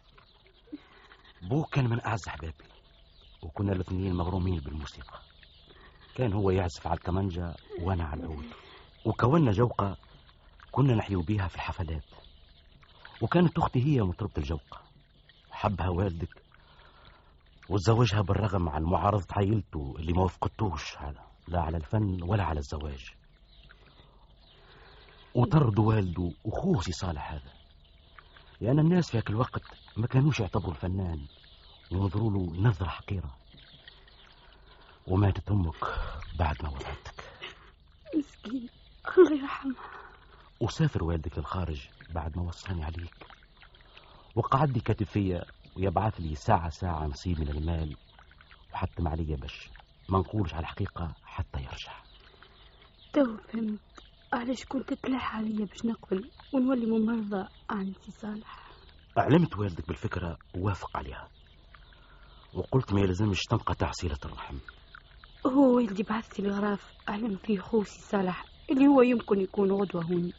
S9: بوك كان من اعز احبابي وكنا الاثنين مغرومين بالموسيقى. كان هو يعزف على الكمانجة وانا على العود، وكونا جوقة كنا نحيو بيها في الحفلات. وكانت اختي هي مطربة الجوقة، حبها والدك وتزوجها بالرغم عن معارضة عائلته اللي ما وافقتوش هذا لا على الفن ولا على الزواج. وطردوا والده وأخوه سي صالح هذا، لأن الناس في هاك الوقت ما كانوش يعتبروا الفنان وينظروا له نظرة حقيرة. وماتت أمك بعد ما ولدتك.
S8: مسكين الله يرحمها.
S9: وسافر والدك للخارج بعد ما وصاني عليك، وقعد لي كاتب فيا ويبعث لي ساعة ساعة نصيب من المال، وحتم علي باش ما نقولش على الحقيقة حتى يرجع.
S8: تو فهمت علاش كنت تلح عليا باش نقبل ونولي ممرضة عن سي صالح.
S9: أعلمت والدك بالفكرة ووافق عليها، وقلت ما يلزمش تنقطع صلة الرحم.
S8: هو والدي بعث لي غراف أعلم فيه خوه سي صالح اللي هو يمكن يكون غدوة هوني.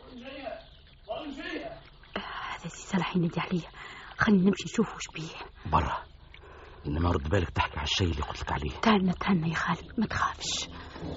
S8: هذا سي صالح ينادي عليا، خلينا نمشي نشوف وش بيه
S9: برا، إنما رد بالك تحكي على الشيء اللي قلت لك عليه.
S8: تعال نتهنى يا خالي ما تخافش.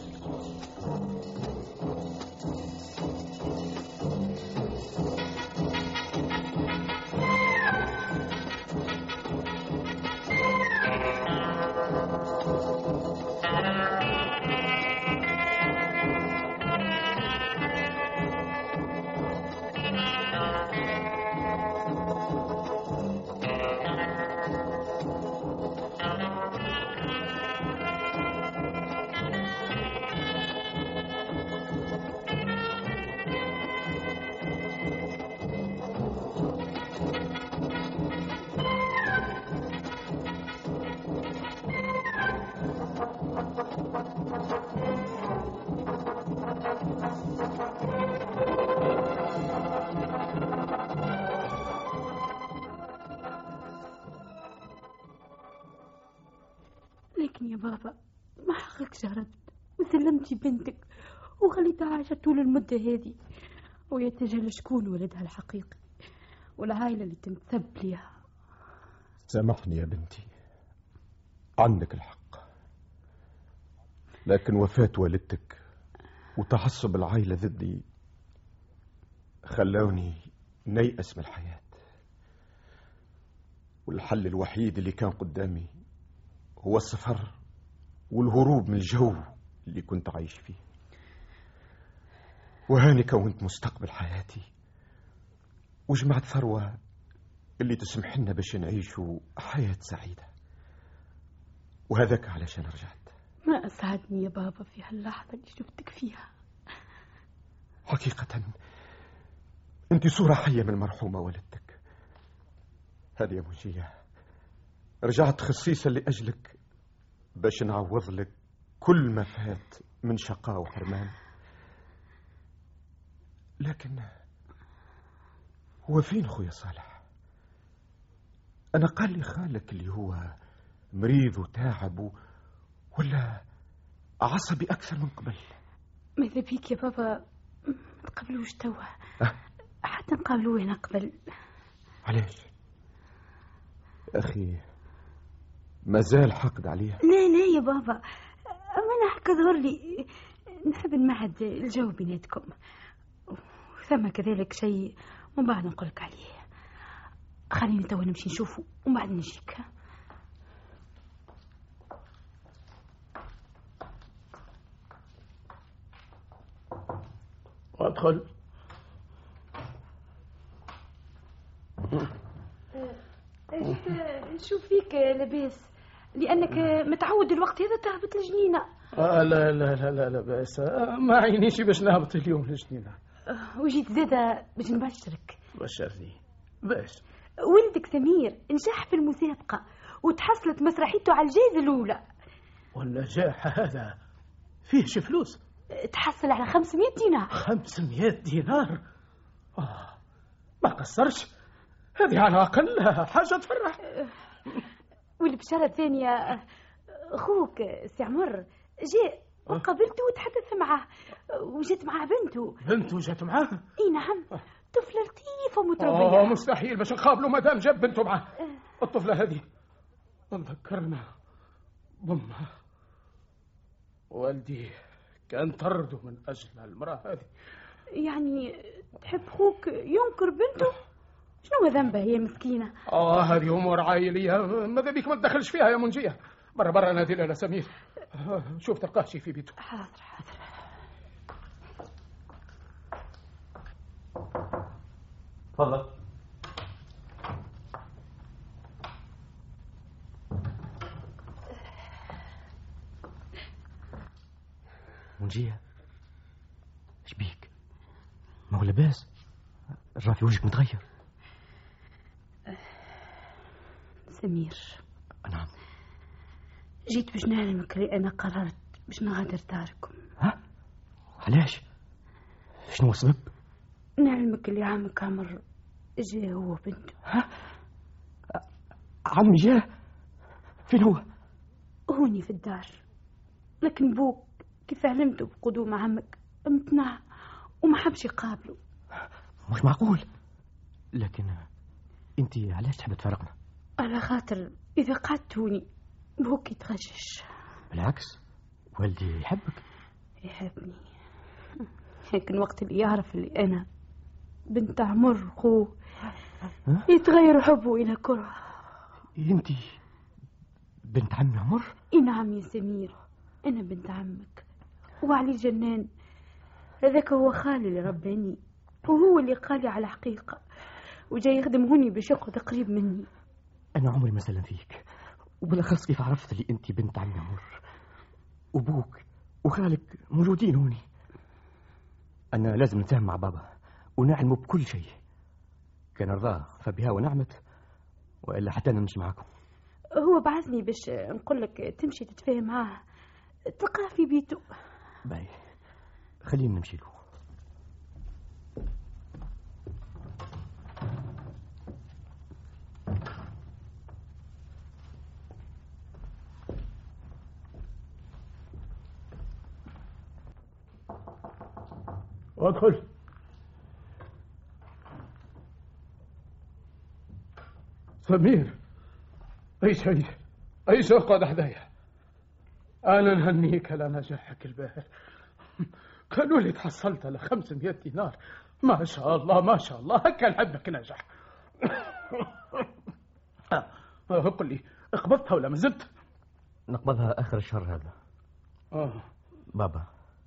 S8: لكن يا بابا ما حقك جربت وسلمتي بنتك وخليتها عايشة طول المدة هذه، ويتجلى شكون ولدها الحقيقي والعائلة اللي تنسب ليها.
S10: سامحني يا بنتي، عندك الحق، لكن وفاة والدتك وتعصب العائلة ضدي خلوني نيأس من الحياة، والحل الوحيد اللي كان قدامي هو السفر والهروب من الجو اللي كنت عايش فيه. وهاني كونت مستقبل حياتي وجمعت ثروة اللي تسمح لنا باش نعيشوا حياة سعيدة، وهذاك علشان رجعت.
S8: ما أسعدني يا بابا في هاللحظة اللي شفتك فيها.
S10: حقيقة انت صورة حية من المرحومة والدتك. هذه يا منجية رجعت خصيصا لأجلك باش نعوض لك كل ما فات من شقاء وحرمان. لكن هو فين خويا صالح؟ أنا قال لي خالك اللي هو مريض وتاعب ولا عصبي أكثر من قبل.
S8: ماذا بيك يا بابا ما تقبلوش توا؟ أه؟ حتى نقابلوه نقبل.
S10: علاش أخي؟ ما زال حقد عليها؟
S8: لا لا يا بابا، أما أنا هكا ظهر لي نحب نمهد الجو بيناتكم، ثم كذلك شيء من بعد نقولك عليه. خليني توا نمشي نشوفه ومن بعد نجيك.
S5: وادخل.
S8: جيت نشوف فيك لاباس لأنك متعود الوقت هذا تهبط الجنينة.
S5: آه لا لا لا لا لا بأس، آه ما عينيش باش نهبط اليوم الجنينة.
S8: آه وجيت زادة باش نبشرك.
S5: بشرني باش
S8: ولدك سمير نجح في المسابقة وتحصلت مسرحيته على الجائزة الأولى.
S5: والنجاح هذا فيه فلوس؟
S8: تحصل على خمسمائة دينار.
S5: خمسمائة دينار؟ آه ما قصرش، هذه على الأقل حاجة تفرح.
S8: والبشارة الثانية أخوك سي عمر جاء وقابلته وتحدث معه وجت معه بنته.
S5: بنته جات معاه؟
S8: اي نعم، طفلة لطيفة متربية.
S5: آه مستحيل باش نقابله مادام جاب بنته معاه. الطفلة هذه تذكرنا بأمها. والدي كان طرده من أجل المرأة هذه.
S8: يعني تحب أخوك ينكر بنته؟ شنو ذنبها هي مسكينة؟
S5: آه هذه أمور عائلية ماذا بيك ما تدخلش فيها يا منجية. برا برا نادي لها سمير، شوف تلقاه شي في بيته.
S8: حاضر حاضر.
S7: تفضل.
S9: منجية، ايش بيك؟ ما هو لاباس؟ الرافي وجهك متغير.
S8: سمير.
S9: نعم.
S8: جيت باش نعلمك اللي انا قررت باش نغادر داركم.
S9: ها؟ علاش؟ شنو السبب؟
S8: نعلمك اللي عمك عمر جاء هو بنته.
S9: ها؟ عمي جاء؟ فين هو؟
S8: هوني في الدار، لكن بوك كيف علمته بقدوم عمك امتنع وما حبش يقابله.
S9: مش معقول. لكن انت علاش تحب تفارقنا؟
S8: على خاطر اذا قعدت هوني بوك يتغشش.
S9: بالعكس، والدي يحبك.
S8: يحبني، لكن وقت اللي يعرف اللي انا بنت عمر خوه يتغير حبه الى كره.
S9: انت بنت عمي عمر؟
S8: اي نعم يا سمير، انا بنت عمك وعلي جنان. هذاك هو خالي اللي رباني، وهو اللي قالي على حقيقة وجاي يخدم هوني باش يقعد قريب مني.
S9: انا عمري ما سلم فيك، وبالاخص كيف عرفت اللي انت بنت عمي عمر وابوك وخالك موجودين هوني. انا لازم نتفاهم مع بابا ونعلمه بكل شيء. كان رضاه فبها ونعمت، والا حتى انا نمشي معاكم.
S8: هو بعثني باش نقول لك تمشي تتفاهم معاه، تلقاه في بيته.
S9: باي، خلينا نمشي له.
S5: ادخل. سمير، اي شيء اي شيء قد حدايا. انا نهنيك على نجاحك الباهر. قالوا لي تحصلت على خمسمائة دينار. ما شاء الله ما شاء الله، هكا نحبك نجح. قل لي، قبضتها ولا ما زلت؟
S9: نقبضها اخر الشهر هذا.
S5: اه
S9: بابا،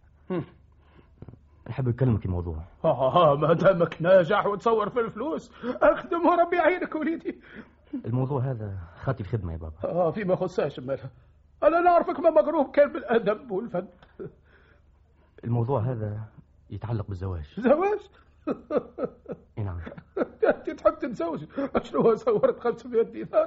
S9: نحب نكلمك في موضوع.
S5: اه ما دامك ناجح وتصور في الفلوس اخدم وربي يعينك وليدي.
S9: الموضوع هذا خاطي الخدمه يا بابا.
S5: اه فيما خصاش مالها. انا نعرفك ما مغروب كان بالادب والفن.
S9: الموضوع هذا يتعلق بالزواج.
S5: زواج؟
S9: اي نعم.
S5: انت تحب تتزوج؟ شنو صورت خمسمائة دينار؟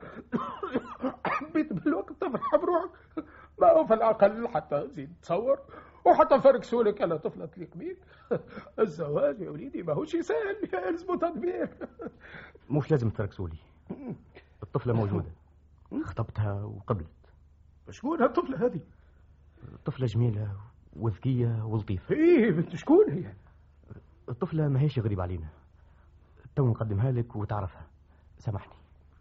S5: حبيت بالوقت تفرح بروحك؟ ما هو في الأقل حتى زيد تصور وحتى فركسوا لك على طفلة تليق بيك. الزواج يا وليدي ما هو شيء سهل، يلزمه تدبير.
S9: مش لازم تفركسوا لي، الطفلة موجودة، خطبتها وقبلت.
S5: شكون هالطفلة هذه؟
S9: طفلة جميلة وذكية ولطيفة.
S5: ايه بنت شكون هي؟
S9: الطفلة ما هيش غريبة علينا، تو نقدمها لك وتعرفها. سامحني.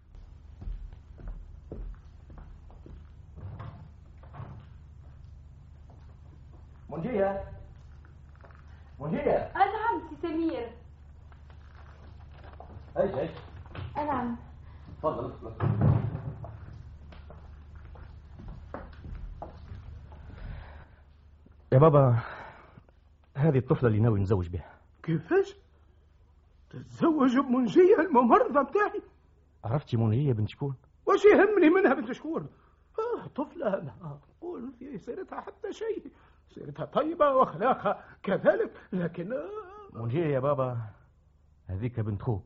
S6: منجية، منجية.
S8: نعم سي سمير.
S6: ايش ايش؟
S8: نعم.
S6: تفضل.
S9: يا بابا، هذه الطفلة اللي ناوي نتزوج بها.
S5: كيفاش؟ تتزوج بمنجية الممرضة بتاعي؟
S9: عرفتي منجية بنت شكون؟
S5: وش يهمني منها بنت شكون؟ آه طفلة أنا أقول في سيرتها حتى شيء، سيرتها طيبة وأخلاقها كذلك، لكن آه
S9: منجية يا بابا هذيك بنت خوك.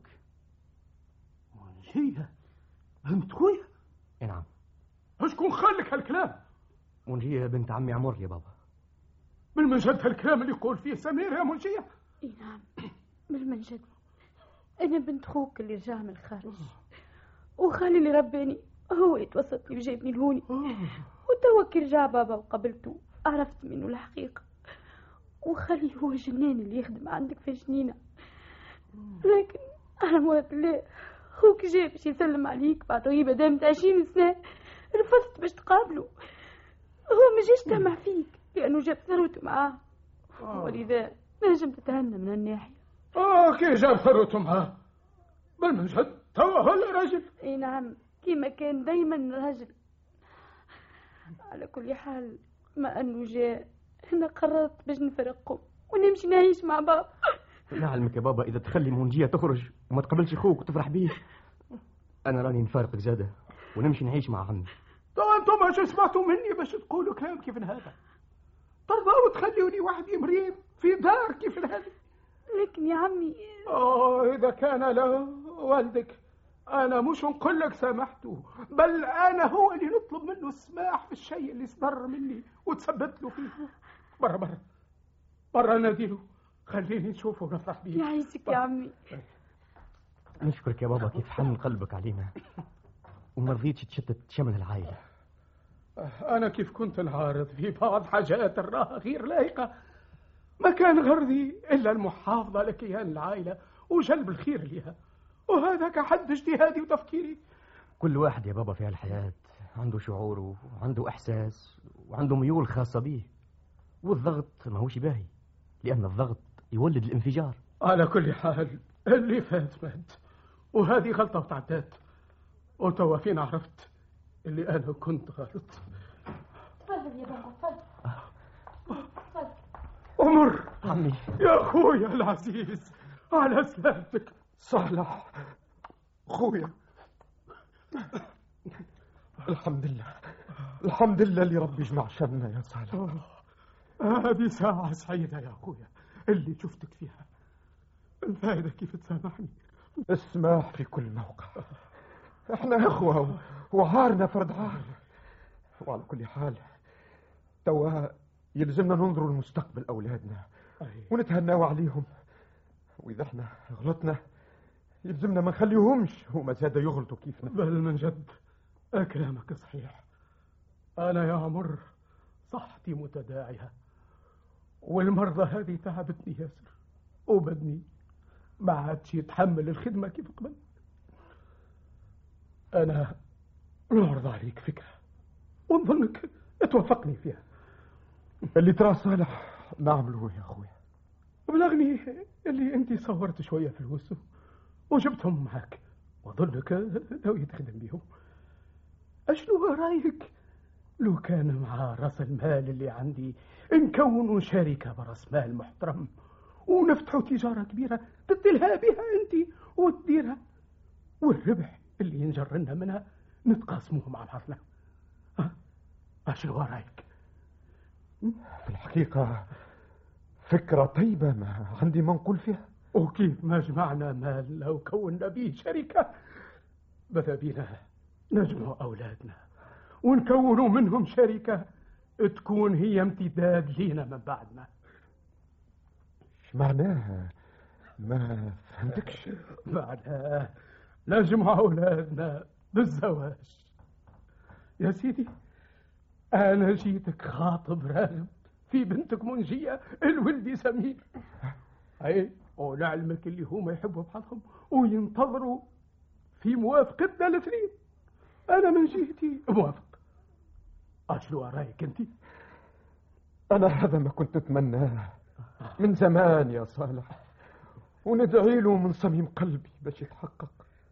S5: منجية بنت خويا؟
S9: نعم.
S5: شكون خالك هالكلام؟
S9: منجية بنت عمي عمر يا بابا.
S5: من من جد هالكلام اللي يقول فيه سمير يا منجية؟
S8: اي نعم من من جد. انا بنت خوك اللي رجع من الخارج، وخالي اللي رباني هو اللي توسط لي وجابني لهوني، وتوا كي رجع بابا وقابلته عرفت منه الحقيقة. وخالي هو جنان اللي يخدم عندك في الجنينة، لكن على مراد الله خوك جاي باش يسلم عليك بعد غيبة دامت عشرين سنة، رفضت باش تقابله. هو ما جاش تمع فيك لأنه جاب ثروته معاه، ولذا نجم تتهنى من الناحية.
S5: اه كي جاب ثروته معاه؟ بل من جد توا هو الراجل؟
S8: اي نعم كيما كان دايما راجل. على كل حال ما انه جاء انا قررت باش نفرقكم ونمشي نعيش مع بابا.
S7: نعلمك يا بابا إذا تخلي منجية تخرج وما تقبلش أخوك وتفرح بيه، أنا راني نفارقك زادة ونمشي نعيش مع عمي.
S5: تو أنتم اش سمعتوا مني باش تقولوا كلام كيف هذا؟ ترضوا تخلوني وحدي مريض في دار كيف هذه؟
S8: لكن يا عمي
S5: آه إذا كان له والدك أنا مش نقول لك سامحته، بل أنا هو اللي نطلب منه السماح في الشيء اللي صدر مني وتثبت له فيه. برا برا برا ناديله، خليني نشوفه ونفرح بيه.
S8: يعيشك يا عمي.
S7: نشكرك يا بابا كيف حنن قلبك علينا وما رضيتش تشتت شمل العائلة.
S5: أنا كيف كنت نعارض في بعض حاجات الراها غير لايقة، ما كان غرضي إلا المحافظة لكيان العائلة وجلب الخير لها، وهذا كحد اجتهادي وتفكيري.
S7: كل واحد يا بابا في هالحياة عنده شعوره وعنده إحساس وعنده ميول خاصة به، والضغط ما هوش باهي لأن الضغط يولد الانفجار.
S5: على كل حال اللي فات مات، وهذه غلطة وتعدات، وتوا فين عرفت اللي أنا كنت غلط.
S8: تفضل يا بابا تفضل. تفضل
S5: عمر
S7: عمي
S5: يا أخويا العزيز، على سلامتك.
S10: صالح أخويا، الحمد لله الحمد لله اللي ربي جمع شمنا يا صالح.
S5: هذه ساعة سعيدة يا أخويا اللي شفتك فيها. الفائدة كيف تسامحني؟
S10: السماح في كل موقع، احنا اخوة وعارنا فرد عار. وعلى كل حال توا يلزمنا ننظروا لمستقبل أولادنا ونتهناوا عليهم، وإذا احنا غلطنا يلزمنا ما نخليهمش هما زاد يغلطوا كيفنا.
S5: بل من جد كلامك صحيح. أنا يا عمر صحتي متداعية، والمرضى هذه تعبتني ياسر، وبدني ما عادش يتحمل الخدمة كيف قبل. أنا نعرض عليك فكرة ونظنك توافقني فيها.
S10: اللي ترى صالح نعمله يا أخويا.
S5: بلغني اللي أنت صورت شوية فلوس وجبتهم معك، وظنك ناوي تخدم بيهم. أشنو رايك لو كان مع رأس المال اللي عندي نكونوا شركة برأس مال محترم ونفتحوا تجارة كبيرة تدلها بها أنت وتديرها، والربح اللي ينجر لنا منها نتقاسموه مع بعضنا. أشنو رايك؟
S10: في الحقيقة فكرة طيبة، ما عندي ما نقول فيها.
S5: وكيف ما جمعنا مال لو كونا به شركة بدا بينا نجمع أولادنا ونكونوا منهم شركة تكون هي امتداد لينا من بعدنا.
S10: ايش معناها؟ ما فهمتكش.
S5: معناها نجمع أولادنا بالزواج. يا سيدي أنا جيتك خاطب راغب في بنتك منجية الولدي سمير، أي ونعلمك اللي هما يحبوا بعضهم وينتظروا في موافقتنا الاثنين. أنا من جهتي موافق. أشلو رأيك أنت؟
S10: أنا هذا ما كنت أتمناه من زمان يا صالح، وندعي له من صميم قلبي باش يتحقق.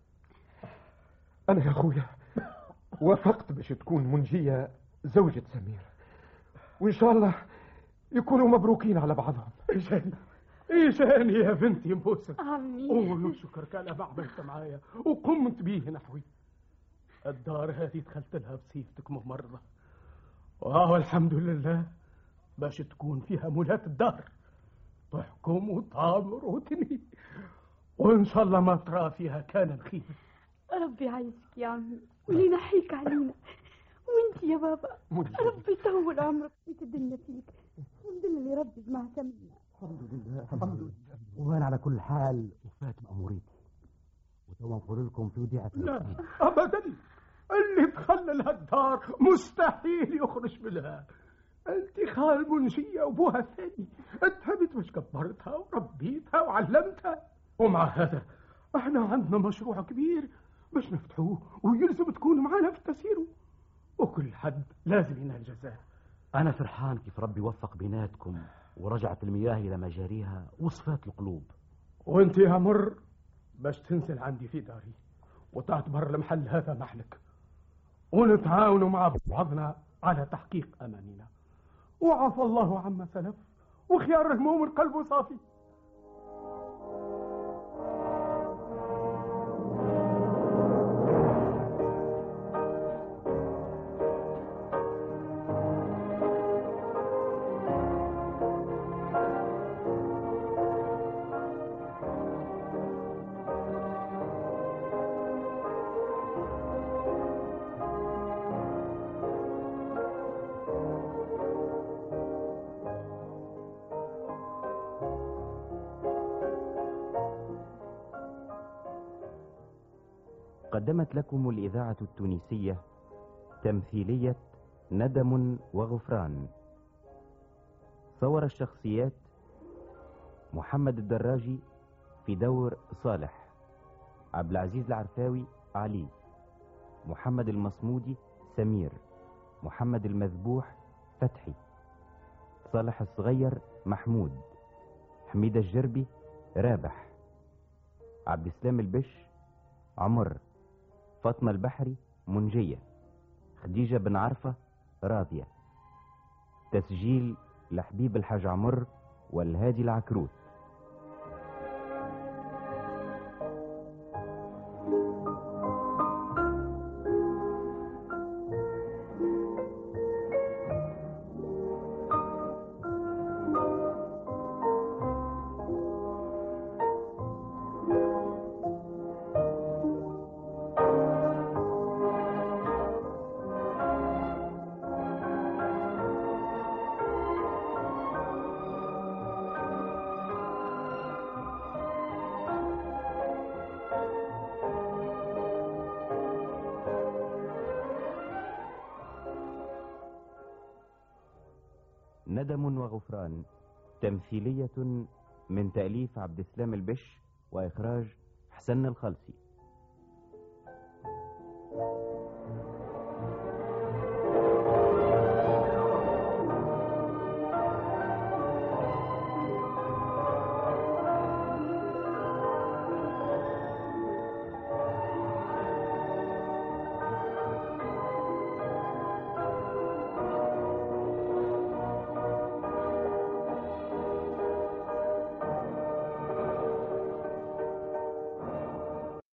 S10: أنا يا أخويا وافقت باش تكون منجية زوجة سمير، وإن شاء الله يكونوا مبروكين على بعضهم.
S5: إيشاني إيشاني يا بنتي موسى.
S8: عمي
S5: أوه شكرك على ما عملت معايا وقمت بيه نحوي. الدار هذه دخلت لها بصيفتك ممرضة، واه الحمد لله باش تكون فيها مولاة الدار تحكم وتامر وتنهي، وإن شاء الله ما ترى فيها كان خير.
S8: ربي يعيشك يا عمي وينحيك علينا، وانت يا بابا ربي يطول عمرك ويتدلى فيك، الحمد لله اللي ربي جمع سمينا.
S9: الحمد لله الحمد لله. وانا على كل حال وفات مأموريتي، وتو نقول لكم في وديعة.
S5: لا ابدا، اللي دخل لها الدار مستحيل يخرج منها. انت خال منجية وابوها الثاني، اتهبت باش كبرتها وربيتها وعلمتها، ومع هذا احنا عندنا مشروع كبير باش نفتحوه ويلزم تكون معنا في تسييره، وكل حد لازم ينال جزاء.
S9: انا فرحان كيف ربي وفق بيناتكم ورجعت المياه الى مجاريها وصفات القلوب.
S5: وانت يا مر باش تنزل عندي في داري وتعتبر المحل هذا محلك، ونتعاونوا مع بعضنا على تحقيق امانينا، وعفى الله عما سلف، وخيار المؤمن قلبه صافي.
S9: قدمت لكم الإذاعة التونسية تمثيلية ندم وغفران. صور الشخصيات: محمد الدراجي في دور صالح، عبد العزيز العرفاوي علي، محمد المصمودي سمير، محمد المذبوح فتحي، صالح الصغير محمود، حميدة الجربي رابح، عبد السلام البش عمر، فاطمة البحري منجية، خديجة بن عرفة راضية. تسجيل لحبيب الحاج عمر والهادي العكروت. ندم وغفران تمثيلية من تأليف عبد السلام البش وإخراج حسن الخلسي.